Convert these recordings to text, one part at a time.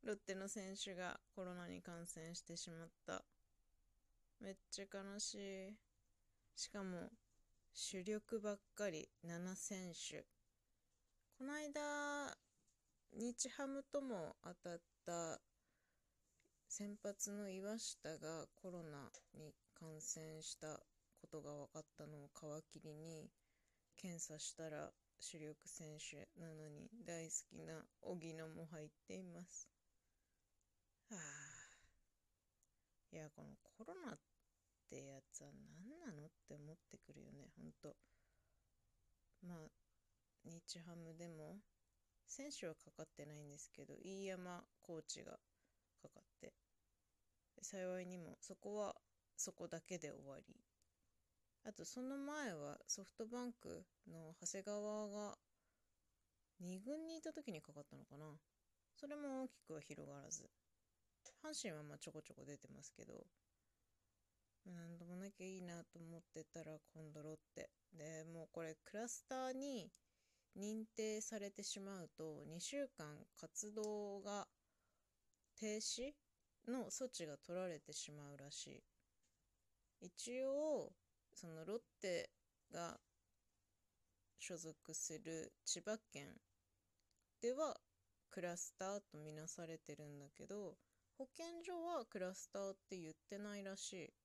ロッテの選手がコロナに感染してしまった。めっちゃ悲しい。しかも主力ばっかり7選手。この間日ハムとも当たった先発の岩下がコロナに感染したことが分かったのを皮切りに検査したら主力選手なのに大好きな荻野も入っています。はあ、いやこのコロナってやつは何なのって思ってくるよね、ほんと。まあ日ハムでも選手はかかってないんですけど飯山コーチがかかって、幸いにもそこはそこだけで終わり。あとその前はソフトバンクの長谷川が2軍にいた時にかかったのかな。それも大きくは広がらず、阪神はまあちょこちょこ出てますけど、なんともなきゃいいなと思ってたら今度ロッテで、もうこれクラスターに認定されてしまうと2週間活動が停止の措置が取られてしまうらしい。一応そのロッテが所属する千葉県ではクラスターとみなされてるんだけど、保健所はクラスターって言ってないらしい。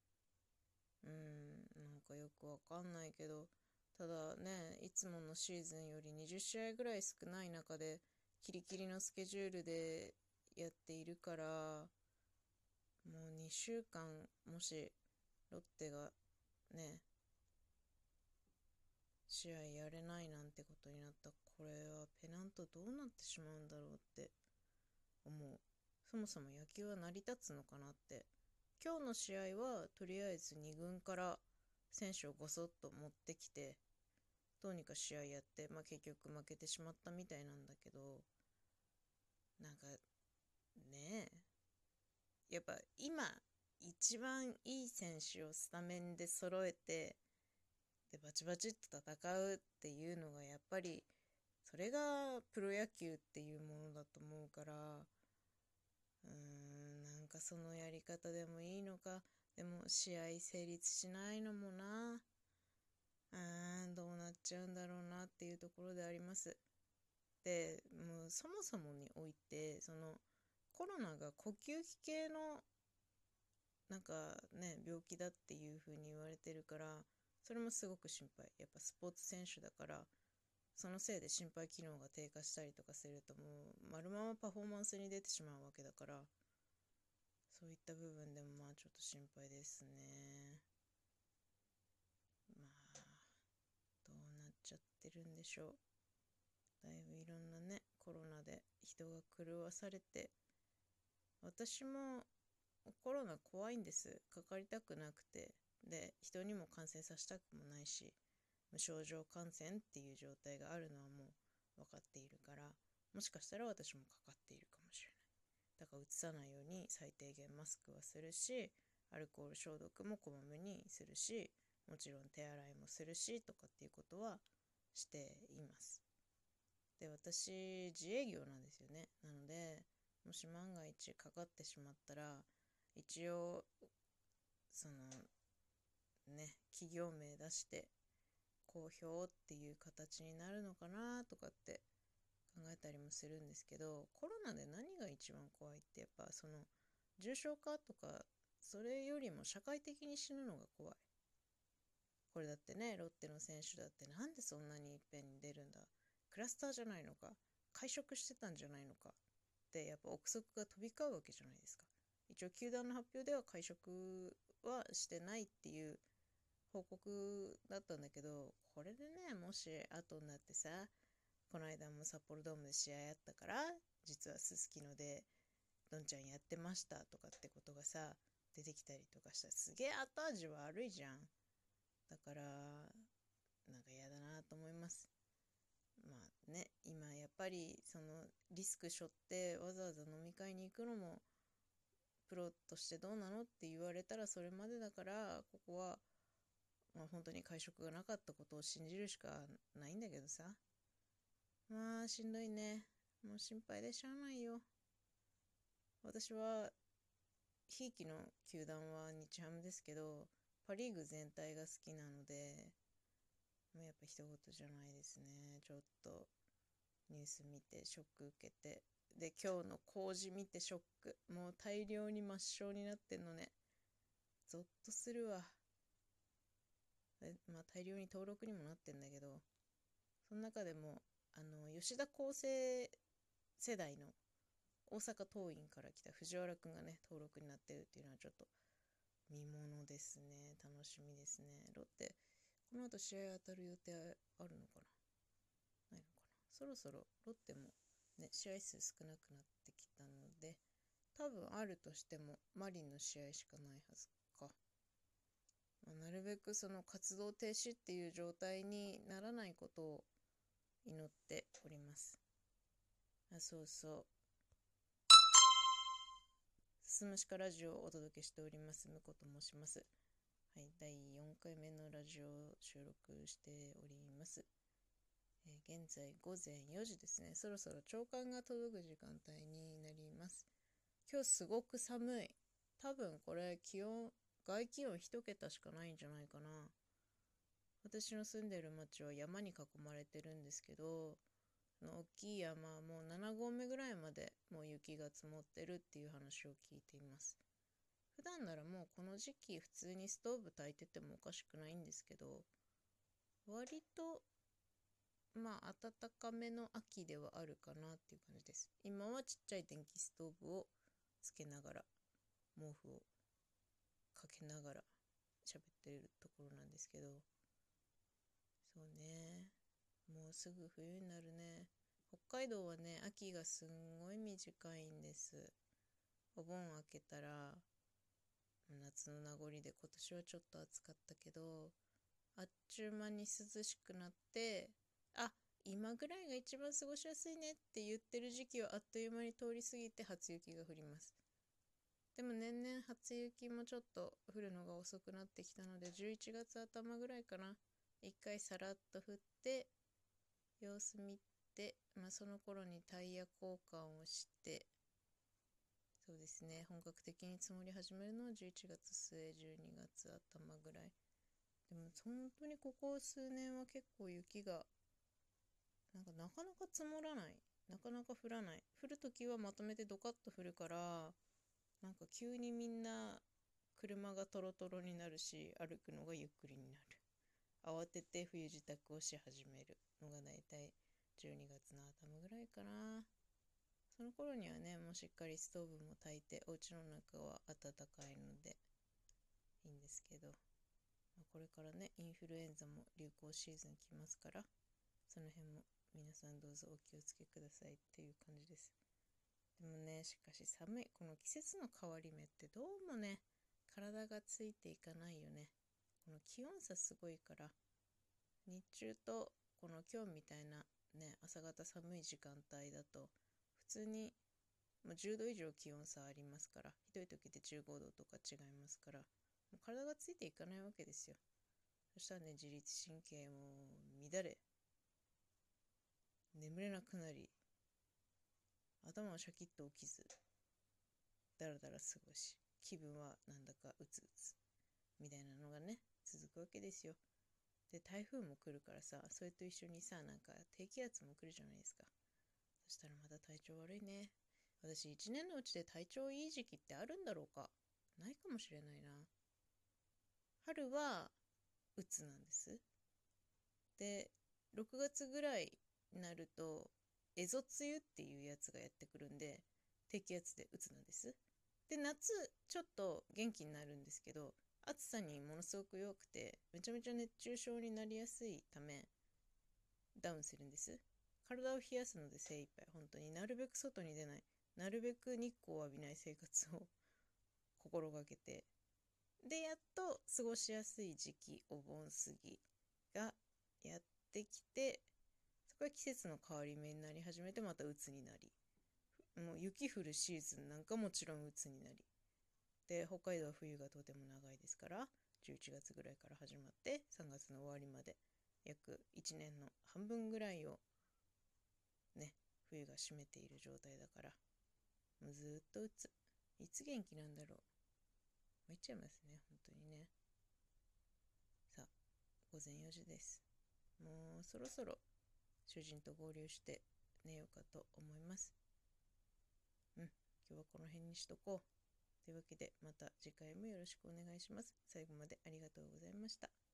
なんかよくわかんないけど、ただね、いつものシーズンより20試合ぐらい少ない中でキリキリのスケジュールでやっているから、もう2週間もしロッテがね試合やれないなんてことになったら、これはペナントどうなってしまうんだろうって思う。そもそも野球は成り立つのかなって。今日の試合はとりあえず2軍から選手をごそっと持ってきてどうにか試合やって、まあ、結局負けてしまったみたいなんだけど、なんかねやっぱ今一番いい選手をスタメンで揃えて、でバチバチっと戦うっていうのがやっぱりそれがプロ野球っていうものだと思うから、なんかそのやり方でもいいのか。でも試合成立しないのもな。どうなっちゃうんだろうなっていうところであります。でもうそもそもにおいてそのコロナが呼吸器系のなんかね病気だっていう風に言われてるから、それもすごく心配。やっぱスポーツ選手だから、そのせいで心肺機能が低下したりとかするともう丸ままパフォーマンスに出てしまうわけだから、そういった部分でもまあちょっと心配ですね。まあどうなっちゃってるんでしょう。だいぶいろんなねコロナで人が狂わされて、私もコロナ怖いんです。かかりたくなくて、で人にも感染させたくもないし、無症状感染っていう状態があるのはもう分かっているから、もしかしたら私もかかっているかもしれない。だからうつさないように最低限マスクはするし、アルコール消毒もこまめにするし、もちろん手洗いもするしとかっていうことはしています。で私自営業なんですよね。なのでもし万が一かかってしまったら、一応そのね企業名出して公表っていう形になるのかなとかって考えたりもするんですけど、コロナで何が一番怖いってやっぱその重症化とか、それよりも社会的に死ぬのが怖い。これだってね、ロッテの選手だってなんでそんなにいっぺんに出るんだ、クラスターじゃないのか、会食してたんじゃないのかってやっぱ憶測が飛び交うわけじゃないですか。一応球団の発表では会食はしてないっていう報告だったんだけど、これでねもし後になってさ、この間も札幌ドームで試合あったから実はすすきのでどんちゃんやってましたとかってことがさ出てきたりとかしたらすげえ後味悪いじゃん。だからなんか嫌だなと思います。まあね、今やっぱりそのリスク背負ってわざわざ飲み会に行くのもプロとしてどうなのって言われたらそれまでだから、ここはまあ本当に会食がなかったことを信じるしかないんだけどさ。まあしんどいね。もう心配でしゃあないよ。 私はひいきの球団は日ハムですけど、パ・リーグ全体が好きなので、もうやっぱ一言じゃないですね。ちょっとニュース見てショック受けて、で今日の工事見てショック、もう大量に抹消になってんのね。ゾッとするわ。まあ大量に登録にもなってんだけど、その中でも吉田康生世代の大阪桐蔭から来た藤原くんがね登録になってるっていうのはちょっと見ものですね。楽しみですね。ロッテこの後試合当たる予定あるのかな、ないのかな。そろそろロッテもね試合数少なくなってきたので、多分あるとしてもマリンの試合しかないはずか。なるべくその活動停止っていう状態にならないことを祈っております。そうそう。すすむしかラジオをお届けしております。むこと申します。はい、第4回目のラジオを収録しております。現在午前4時ですね。そろそろ朝刊が届く時間帯になります。今日すごく寒い。多分これ外気温1桁しかないんじゃないかな。私の住んでる町は山に囲まれてるんですけど、大きい山もう7合目ぐらいまでもう雪が積もってるっていう話を聞いています。普段ならもうこの時期普通にストーブ焚いててもおかしくないんですけど、割とまあ暖かめの秋ではあるかなっていう感じです。今はちっちゃい電気ストーブをつけながら毛布をかけながら喋ってるところなんですけど、そうね、もうすぐ冬になるね。北海道はね秋がすんごい短いんです。お盆明けたら夏の名残で今年はちょっと暑かったけど、あっちゅう間に涼しくなって、あ、今ぐらいが一番過ごしやすいねって言ってる時期をあっという間に通り過ぎて初雪が降ります。でも年々初雪もちょっと降るのが遅くなってきたので、11月頭ぐらいかな、一回さらっと降って様子見て、その頃にタイヤ交換をして、そうですね、本格的に積もり始めるのは11月末12月頭ぐらい。でも本当にここ数年は結構雪がなかなか積もらない、なかなか降らない。降るときはまとめてドカッと降るから、急にみんな車がトロトロになるし、歩くのがゆっくりになる。慌てて冬支度をし始めるのがだいたい12月の頭ぐらいかな。その頃にはねもうしっかりストーブも焚いてお家の中は暖かいのでいいんですけど、これからねインフルエンザも流行シーズン来ますから、その辺も皆さんどうぞお気をつけくださいっていう感じです。でもね、しかし寒いこの季節の変わり目ってどうもね体がついていかないよね。この気温差すごいから、日中とこの今日みたいなね朝方寒い時間帯だと普通にもう10度以上気温差ありますから、ひどい時で15度とか違いますから、もう体がついていかないわけですよ。そしたらね自律神経も乱れ、眠れなくなり、頭はシャキッと起きず、だらだら過ごし、気分はなんだかうつうつみたいなのがね続くわけですよ。で台風も来るからさ、それと一緒にさ低気圧も来るじゃないですか。そしたらまた体調悪いね。私一年のうちで体調いい時期ってあるんだろうか。ないかもしれないな。春はうつなんです。で6月ぐらいになるとエゾ梅雨っていうやつがやってくるんで、低気圧でうつなんです。で夏ちょっと元気になるんですけど、暑さにものすごく弱くてめちゃめちゃ熱中症になりやすいためダウンするんです。体を冷やすので精一杯、本当になるべく外に出ない、なるべく日光を浴びない生活を心がけて、でやっと過ごしやすい時期、お盆過ぎがやってきて、そこは季節の変わり目になり始めて、また鬱になり、もう雪降るシーズンなんかもちろん鬱になり、で北海道は冬がとても長いですから、11月ぐらいから始まって3月の終わりまで約1年の半分ぐらいをね冬が占めている状態だから、 もうずーっと鬱。いつ元気なんだろう。参っちゃいますね、本当にね。さあ、午前4時です。もうそろそろ主人と合流して寝ようかと思います。うん、今日はこの辺にしとこう。というわけで、また次回もよろしくお願いします。最後までありがとうございました。